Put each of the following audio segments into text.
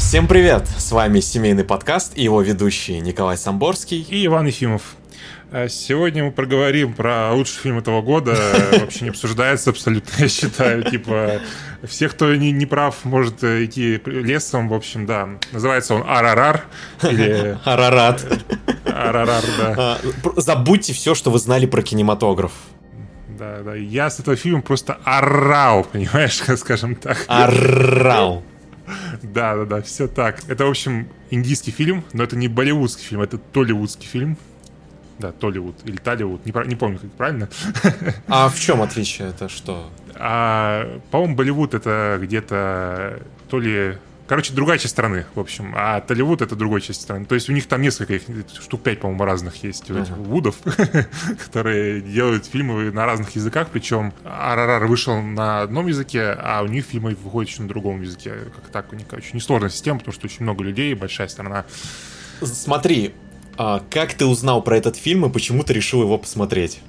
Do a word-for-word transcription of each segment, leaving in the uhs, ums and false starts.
Всем привет! С вами семейный подкаст и его ведущие Николай Самборский и Иван Ефимов. Сегодня мы проговорим про лучший фильм этого года. Вообще не обсуждается абсолютно, я считаю. Типа, всех, кто не, не прав, может идти лесом. В общем, да. Называется он «Арарар». Или... Арарат. Арарар, да. Забудьте все, что вы знали про кинематограф. Да, да. Я с этого фильма просто орал, понимаешь, скажем так. Орал. Да, да, да, все так. Это, в общем, индийский фильм, но это не болливудский фильм, это толливудский фильм. Да, Толливуд или Талливуд, не, не помню, как правильно. А в чем отличие? Это что? А, по-моему, Болливуд это где-то то ли... Короче, другая часть страны, в общем. А Толливуд это другая часть страны. То есть у них там несколько, их, штук пять, по-моему, разных есть uh-huh. вудов, которые делают фильмы на разных языках. Причем «Арарар» вышел на одном языке, а у них фильмы выходят еще на другом языке. Как так у них, короче, несложная система, потому что очень много людей, большая страна. Смотри, а как ты узнал про этот фильм и почему ты решил его посмотреть?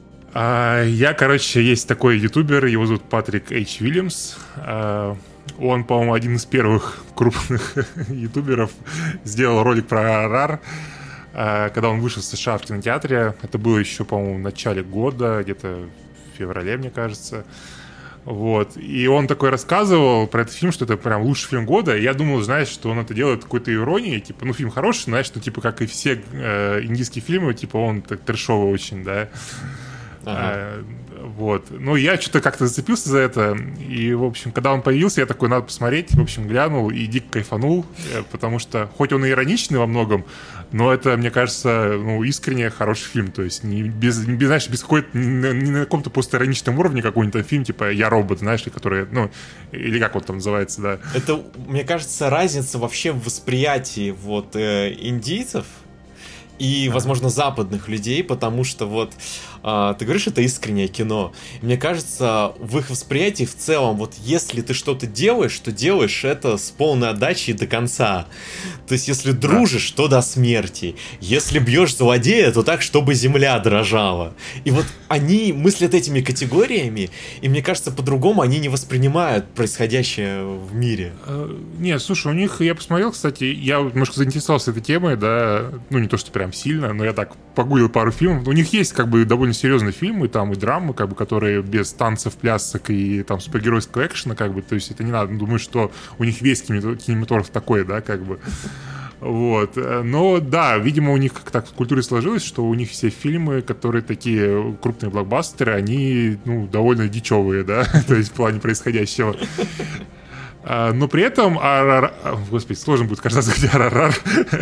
А, я, короче, есть такой ютубер, его зовут Патрик Эйч Уильямс. А, он, по-моему, один из первых крупных ютуберов. Сделал ролик про «Арарар», а, когда он вышел в США в кинотеатре. Это было еще, по-моему, в начале года, где-то в феврале, мне кажется. Вот. И он такой рассказывал про этот фильм, что это прям лучший фильм года. И я думал, знаешь, что он это делает какой-то иронией. Типа, ну, фильм хороший, знаешь, ну, типа, как и все э, индийские фильмы, типа, он так трэшовый очень, да. Ага. А, вот. Ну, я что-то как-то зацепился за это. И, в общем, когда он появился, я такой, надо посмотреть. В общем, глянул и дико кайфанул. Потому что, хоть он и ироничный во многом, но это, мне кажется, ну, искренне хороший фильм. То есть, не без, не без, знаешь, без какой-то, не, не на каком-то просто ироничном уровне какой-нибудь фильм, типа «Я робот», знаешь, который, ну, или как он там называется, да. Это, мне кажется, разница вообще в восприятии вот э, индийцев и, а. возможно, западных людей, потому что вот а, ты говоришь, это искреннее кино. И мне кажется, в их восприятии в целом, вот если ты что-то делаешь, то делаешь это с полной отдачей до конца. То есть, если дружишь, да. то до смерти. Если бьешь злодея, то так, чтобы земля дрожала. И вот они мыслят этими категориями, и мне кажется, по-другому они не воспринимают происходящее в мире. Нет, слушай, у них, я посмотрел, кстати, я немножко заинтересовался этой темой, да, ну не то, что прям сильно, но я так погуглил пару фильмов. У них есть как бы довольно серьезные фильмы, там и драмы, как бы, которые без танцев, плясок и там супергеройского экшена, как бы, то есть это не надо думать, что у них весь кинематограф такой, да, как бы. Вот. Но да, видимо, у них как так в культуре сложилось, что у них все фильмы, которые такие крупные блокбастеры, они, ну, довольно дичевые, да, то есть в плане происходящего. Но при этом, Арарар... Господи, сложно будет каждый раз говорить «Арарар».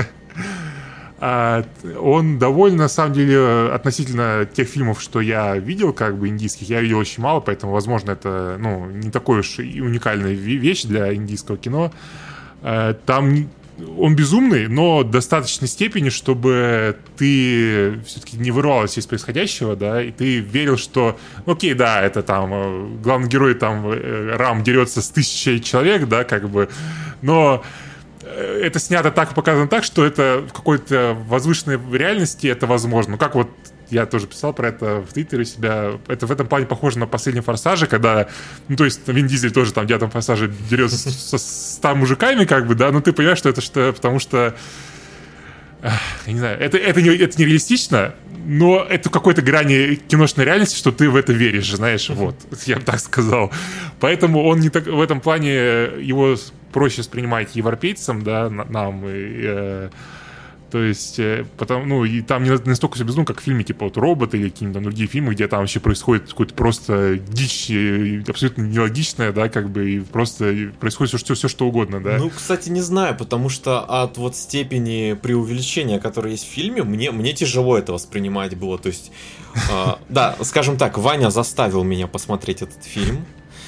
Он довольно, на самом деле, относительно тех фильмов, что я видел, как бы индийских, я видел очень мало, поэтому, возможно, это, ну, не такой уж и уникальная вещь для индийского кино. Там он безумный, но в достаточной степени, чтобы ты все-таки не вырвалась из происходящего, да, и ты верил, что, окей, да, это там главный герой там Рам дерется с тысячей человек, да, как бы, но это снято так, показано так, что это в какой-то возвышенной реальности это возможно. Ну, как вот я тоже писал про это в Твиттере у себя. Это в этом плане похоже на «Последний форсаж», когда, ну, то есть Вин Дизель тоже там в «Девятом форсаже» дерется со ста мужиками, как бы, да, но ты понимаешь, что это что, потому что, я не знаю, это, это, не, это не реалистично, но это в какой-то грани киношной реальности, что ты в это веришь, знаешь, вот, я бы так сказал. Поэтому он не так, в этом плане его проще воспринимать европейцам, да, нам, и, э, то есть, э, потом, ну, и там не настолько все безумно, как в фильме, типа, вот «Робот» или какие-то там другие фильмы, где там вообще происходит какой-то просто дичь, абсолютно нелогичная, да, как бы, и просто происходит все, все, что угодно, да. Ну, кстати, не знаю, потому что от вот степени преувеличения, которая есть в фильме, мне, мне тяжело это воспринимать было, то есть, э, да, скажем так, Ваня заставил меня посмотреть этот фильм.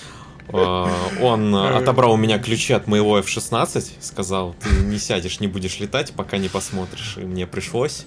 Он отобрал у меня ключи от моего эф шестнадцать, сказал, ты не сядешь, не будешь летать, пока не посмотришь, и мне пришлось.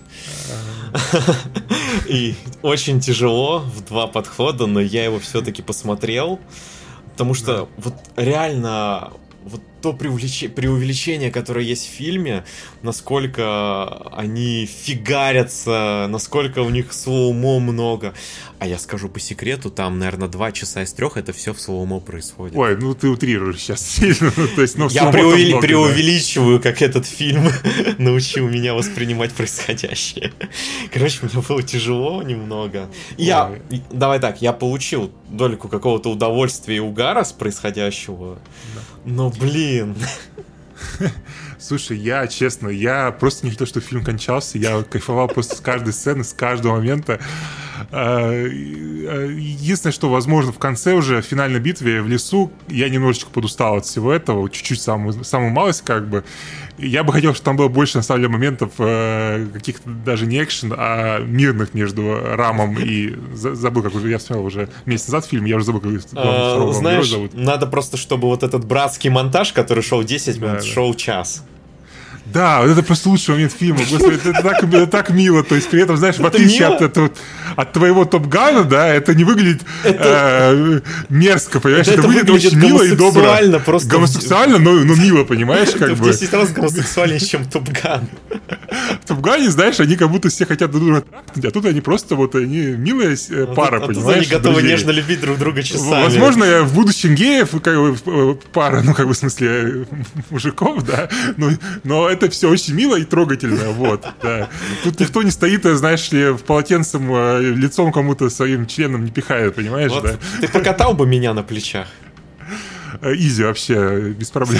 И очень тяжело в два подхода, но я его все-таки посмотрел, потому что вот реально вот то преувелич... преувеличение, которое есть в фильме, насколько они фигарятся, насколько у них слоумо много. А я скажу по секрету, там, наверное, два часа из трех это все в слоумо происходит. Ой, ну ты утрируешь сейчас сильно. То есть, ну, я преувели... много, преувеличиваю, да. Как этот фильм научил меня воспринимать происходящее. Короче, мне было тяжело немного. Я, давай так, я получил дольку какого-то удовольствия и угара с происходящего. Да. Но, блин... Слушай, я, честно, я просто не хотел, чтобы фильм кончался. Я кайфовал просто с каждой сцены, с каждого момента. Единственное, что, возможно, в конце уже, в финальной битве в лесу, я немножечко подустал от всего этого. Чуть-чуть, самую, самую малость, как бы. Я бы хотел, чтобы там было больше, на самом деле, моментов каких-то даже не экшен, а мирных между Рамом и... Забыл, как уже, я смотрел уже месяц назад фильм, я уже забыл, как а, знаешь, зовут. Надо просто, чтобы вот этот братский монтаж, который шел десять минут, да, шел да. час. Да, вот это просто лучший момент фильма. Господи, это, это, так, это так мило. То есть при этом, знаешь, в отличие от, от, от твоего Топ Гана, да, это не выглядит это... э, мерзко, понимаешь? Это, это выглядит очень мило и добро. Просто... Гомосексуально, но, но мило, понимаешь? Как это бы. в десять раз гомосексуальнее, чем Топ Ган. В Топ Гане, знаешь, они как будто все хотят друг друга трахнуть, а тут они просто вот, они милая пара, а понимаешь? Они готовы друзей. Нежно любить друг друга часами. Возможно, в будущем геев, как бы, пара, ну, как бы, в смысле, мужиков, да, но, но это все очень мило и трогательно, вот, да. Тут никто не стоит, знаешь ли, в полотенцем лицом кому-то своим членом не пихает, понимаешь, вот да? Ты покатал бы меня на плечах? Изи вообще, без проблем.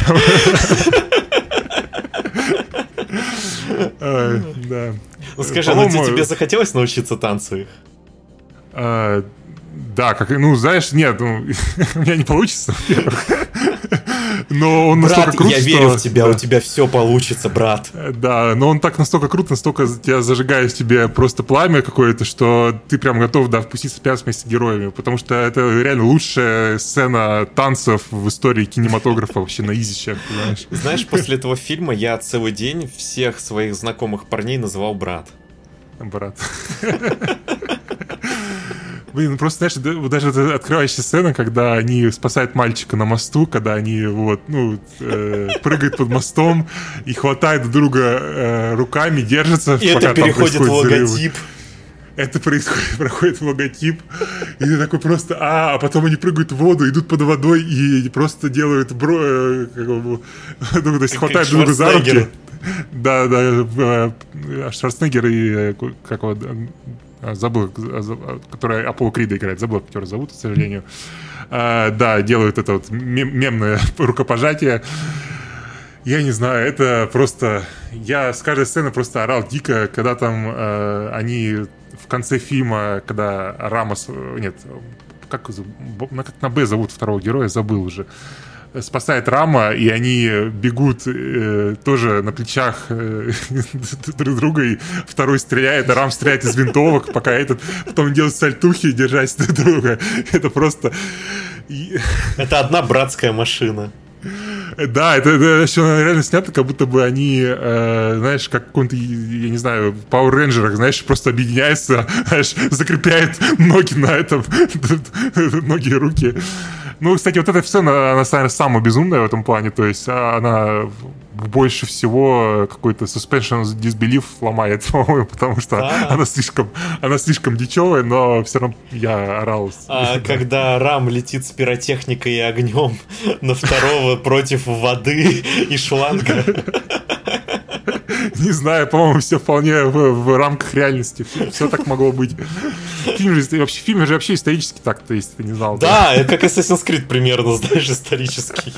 Да. Ну скажи, ну тебе захотелось научиться танцу их? Да, как, ну, знаешь, нет, ну, у меня не получится, во-первых. Но он брат, настолько крут, я что... верю в тебя, да. У тебя все получится, брат. Да, но он так настолько крут, настолько тебя зажигает в тебе просто пламя какое-то, что ты прям готов, да, впуститься в пляс вместе с героями, потому что это реально лучшая сцена танцев в истории кинематографа вообще на изичах, понимаешь? Знаешь, после этого фильма я целый день всех своих знакомых парней называл брат. Брат. Блин, ну просто, знаешь, вот даже эта открывающая сцена, когда они спасают мальчика на мосту, когда они вот, ну, э, прыгают под мостом и хватают друг друга э, руками, держатся, и пока это переходит в логотип. Взрывы. Это происходит, проходит в логотип, и ты такой просто, а, а потом они прыгают в воду, идут под водой и просто делают, бро, э, как, ну, то есть хватают друг друга за руки. Да, да, э, Шварценеггер и, как вот... Забыл, который Аполло Крида играет, забыл, как актера зовут, к сожалению. А, да, делают это вот мемное рукопожатие. Я не знаю, это просто... Я с каждой сцены просто орал дико, когда там э, они в конце фильма, когда Рамос... Нет, как, как на Б зовут второго героя, забыл уже. Спасает Рама, и они бегут э, тоже на плечах э, друг друга, и второй стреляет, а Рам стреляет из винтовок, пока этот потом делает сальтухи, держась друг друга. Это просто... Это одна братская машина. Да, это, это еще реально снято, как будто бы они, э, знаешь, как в каком-то, я не знаю, в Power Ranger'ах, знаешь, просто объединяются, знаешь, закрепляют ноги на этом, ноги и руки. Ну, кстати, вот эта сцена, она, самая безумная в этом плане, то есть она больше всего какой-то suspension of disbelief ломает, по-моему, потому что а-а-а. она слишком, она слишком дичевая, но все равно я орал. А когда Рам летит с пиротехникой и огнем на второго против воды и шланга. Не знаю, по-моему, все вполне в, в рамках реальности. Все так могло быть. Фильм же, вообще, фильм же вообще исторически так-то, если ты не знал. Да, это как Assassin's Creed примерно, знаешь, исторический.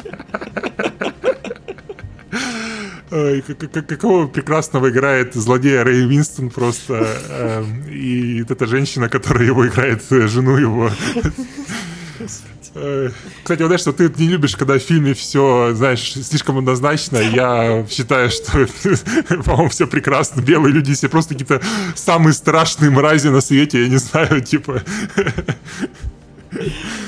Ой, какого прекрасного играет злодея Рэй Уинстон просто. Э, и эта женщина, которая его играет, жену его. Кстати, вот знаешь, что ты не любишь, когда в фильме все, знаешь, слишком однозначно. Я считаю, что, по-моему, все прекрасно. Белые люди все просто какие-то самые страшные мрази на свете. Я не знаю, типа...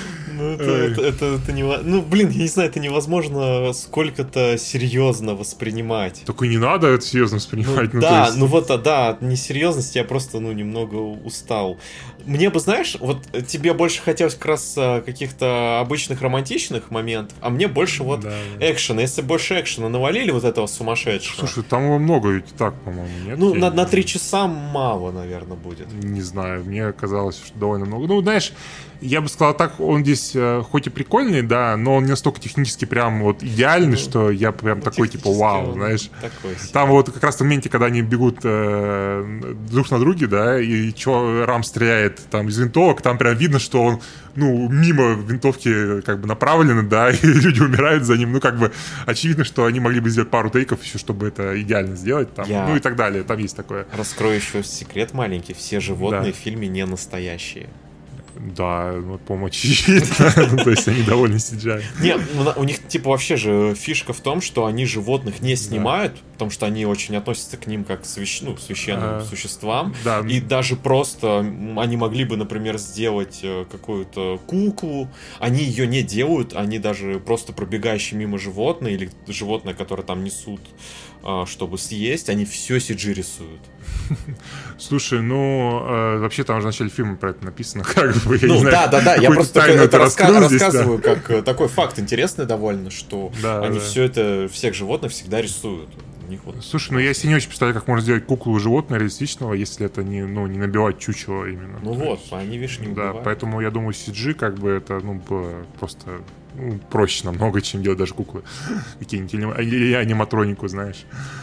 это, это, это, это невозможно. Ну, блин, я не знаю, это невозможно сколько-то серьезно воспринимать. Только не надо это серьезно воспринимать. Ну, ну, да, есть... ну вот, да, от несерьезности я просто, ну, немного устал. Мне бы, знаешь, вот тебе больше хотелось как раз каких-то обычных романтичных моментов, а мне больше вот да, экшена. Если больше экшена навалили вот этого сумасшедшего. Слушай, там его много ведь так, по-моему, нет? Ну, на, на три часа мало, наверное, будет. Не знаю, мне казалось, что довольно много. Ну, знаешь, я бы сказал так, он здесь хоть и прикольный, да, но он не настолько технически прям вот идеальный, ну, что я прям ну, такой, типа, вау, знаешь. Такой там вот как раз в моменте, когда они бегут э, друг на друге, да, и чё, Рам стреляет там из винтовок, там прям видно, что он, ну, мимо винтовки как бы направлены, да, и люди умирают за ним. Ну, как бы очевидно, что они могли бы сделать пару тейков еще, чтобы это идеально сделать, там, я ну и так далее. Там есть такое. Раскрою еще секрет маленький. Все животные да. в фильме не настоящие. Да, ну, по-моему, очевидно. То есть они довольно си джи ай. Нет, у них типа вообще же фишка в том, что они животных не снимают, потому что они очень относятся к ним как к священным существам. И даже просто они могли бы, например, сделать какую-то куклу. Они ее не делают, они даже просто пробегающие мимо животное или животное, которое там несут, чтобы съесть, они все си джи рисуют. Слушай, ну, э, вообще там же в начале фильма про это написано, как бы, я ну, не знаю. Да, да, да, я просто это раска- здесь, рассказываю, да. как такой факт интересный довольно, что да, они да. все это, всех животных всегда рисуют. У них вот... Слушай, ну я себе не очень представляю, как можно сделать куклу животного реалистичного, если это не, ну, не набивать чучело именно. Ну вот, есть, они, видишь, не Да, поэтому я думаю, си джи как бы это, ну, было просто ну, проще намного, чем делать даже куклы. Какие-нибудь или аниматронику, знаешь.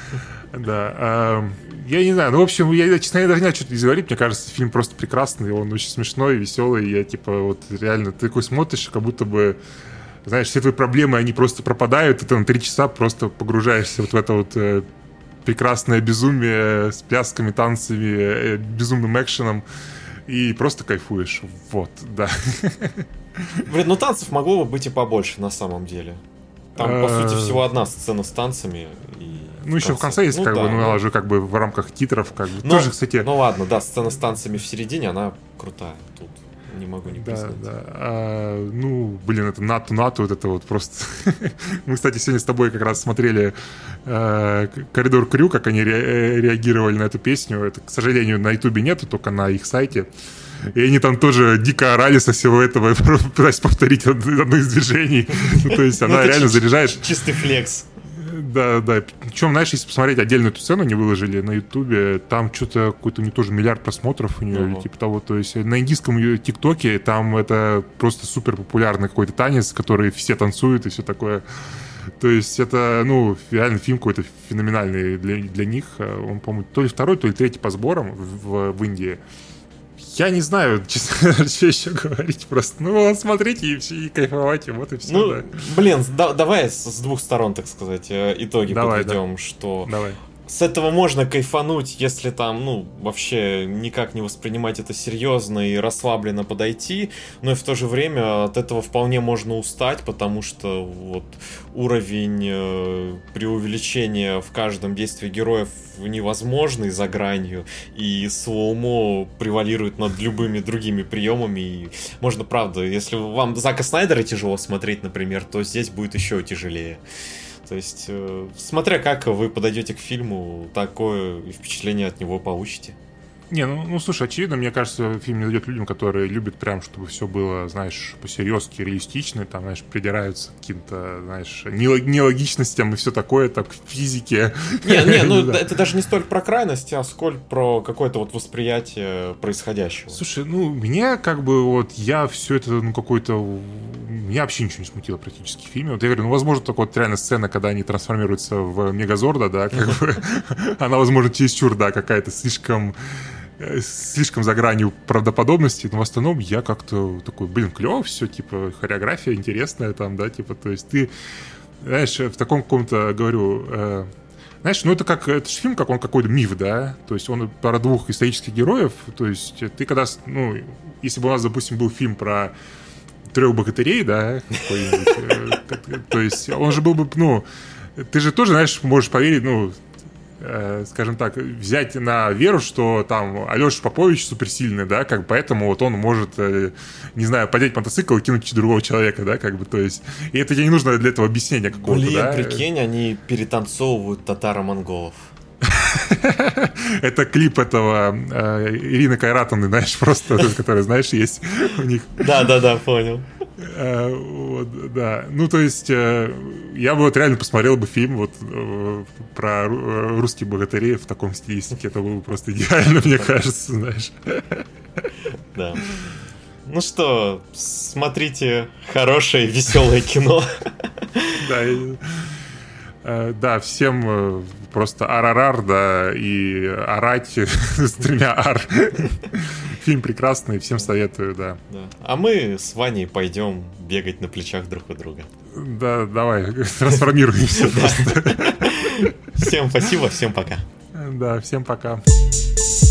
Да, я не знаю, ну, в общем, я, честно, я даже не знаю, что здесь говорить, мне кажется, фильм просто прекрасный, он очень смешной, веселый, я, типа, вот, реально, ты такой смотришь, как будто бы, знаешь, все твои проблемы, они просто пропадают, и ты на три часа просто погружаешься вот в это вот э, прекрасное безумие с плясками, танцами, э, безумным экшеном, и просто кайфуешь, вот, да. Блин, ну танцев могло бы быть и побольше, на самом деле. Там, по сути, всего одна сцена с танцами, и ну, еще в конце есть, ну, как да, бы, ну, она же как бы в рамках титров, как бы, но, тоже, кстати... Ну, ладно, да, сцена с танцами в середине, она крутая, тут не могу не признать. Да, да, а, ну, блин, это НАТО-НАТО, вот это вот просто... Мы, кстати, сегодня с тобой как раз смотрели э, «Коридор Крю», как они ре- реагировали на эту песню, это, к сожалению, на Ютубе нету, только на их сайте. И они там тоже дико орали со всего этого, пытаясь повторить одно из движений. То есть она реально заряжает... Чистый флекс. Да, да. Причем, знаешь, если посмотреть отдельную эту сцену, они выложили на Ютубе, там что-то какой-то у нее тоже миллиард просмотров у нее, uh-huh. или типа того. То есть на индийском ТикТоке там это просто супер популярный какой-то танец, который все танцуют и все такое. То есть это, ну, реально фильм какой-то феноменальный для, для них. Он, по-моему, то ли второй, то ли третий по сборам в, в Индии. Я не знаю, честно, что еще говорить. Просто, ну, смотрите и, все, и кайфовать, и вот и все. Ну, да. блин, да, давай с, с двух сторон, так сказать, итоги давай, подведем, да. что... Давай. С этого можно кайфануть, если там, ну, вообще никак не воспринимать это серьезно и расслабленно подойти, но и в то же время от этого вполне можно устать, потому что вот уровень э, преувеличения в каждом действии героев невозможный за гранью, и слоумо превалирует над любыми другими приемами, и можно, правда, если вам Зака Снайдера тяжело смотреть, например, то здесь будет еще тяжелее. То есть, э, смотря как вы подойдете к фильму, такое впечатление от него получите. Не, ну, ну слушай, очевидно, мне кажется, фильм не дойдет людям, которые любят прям, чтобы все было, знаешь, по-серьезки, реалистично, там, знаешь, придираются к каким-то, знаешь, нелогичностям и все такое, так, в физике. Не, не, ну это даже не столь про крайность, а сколь про какое-то вот восприятие происходящего. Слушай, ну, мне как бы вот, я все это, ну, какой-то... Меня вообще ничего не смутило практически в фильме. Вот я говорю, ну, возможно, только вот реально сцена, когда они трансформируются в Мегазорда, да, как бы, она, возможно, чересчур, да, какая-то слишком... слишком за гранью правдоподобности, но в основном я как-то такой, блин, клево все, типа, хореография интересная там, да, типа, то есть ты, знаешь, в таком каком-то, говорю, э, знаешь, ну это как, это же фильм, как он какой-то миф, да, то есть он про двух исторических героев, то есть ты когда, ну, если бы у нас, допустим, был фильм про трех богатырей, да, какой-нибудь, то есть он же был бы, ну, ты же тоже, знаешь, можешь поверить, ну, э, скажем так, взять на веру, что там Алеша Попович суперсильный, да, как бы поэтому вот он может, э, не знаю, поднять мотоцикл и кинуть другого человека, да, как бы, то есть, и это тебе не нужно для этого объяснения какого-то, Блин, да. прикинь, они перетанцовывают татаро-монголов. Это клип этого э, Ирины Кайратовны, знаешь, просто, который, знаешь, есть у них. Да-да-да, понял. Э, вот, да, ну, то есть, э, я бы вот реально посмотрел бы фильм вот э, про ру- русских богатырей в таком стилистике, это было бы просто идеально, мне кажется, знаешь. Да. Ну что, смотрите хорошее, веселое кино. Да, и, э, да, всем э, просто ар-ар-ар, да, и орать с тремя ар. Фильм прекрасный, всем советую, да. Да. А мы с Ваней пойдем бегать на плечах друг у друга. Да, давай, трансформируемся просто. Всем спасибо, всем пока. Да, всем пока.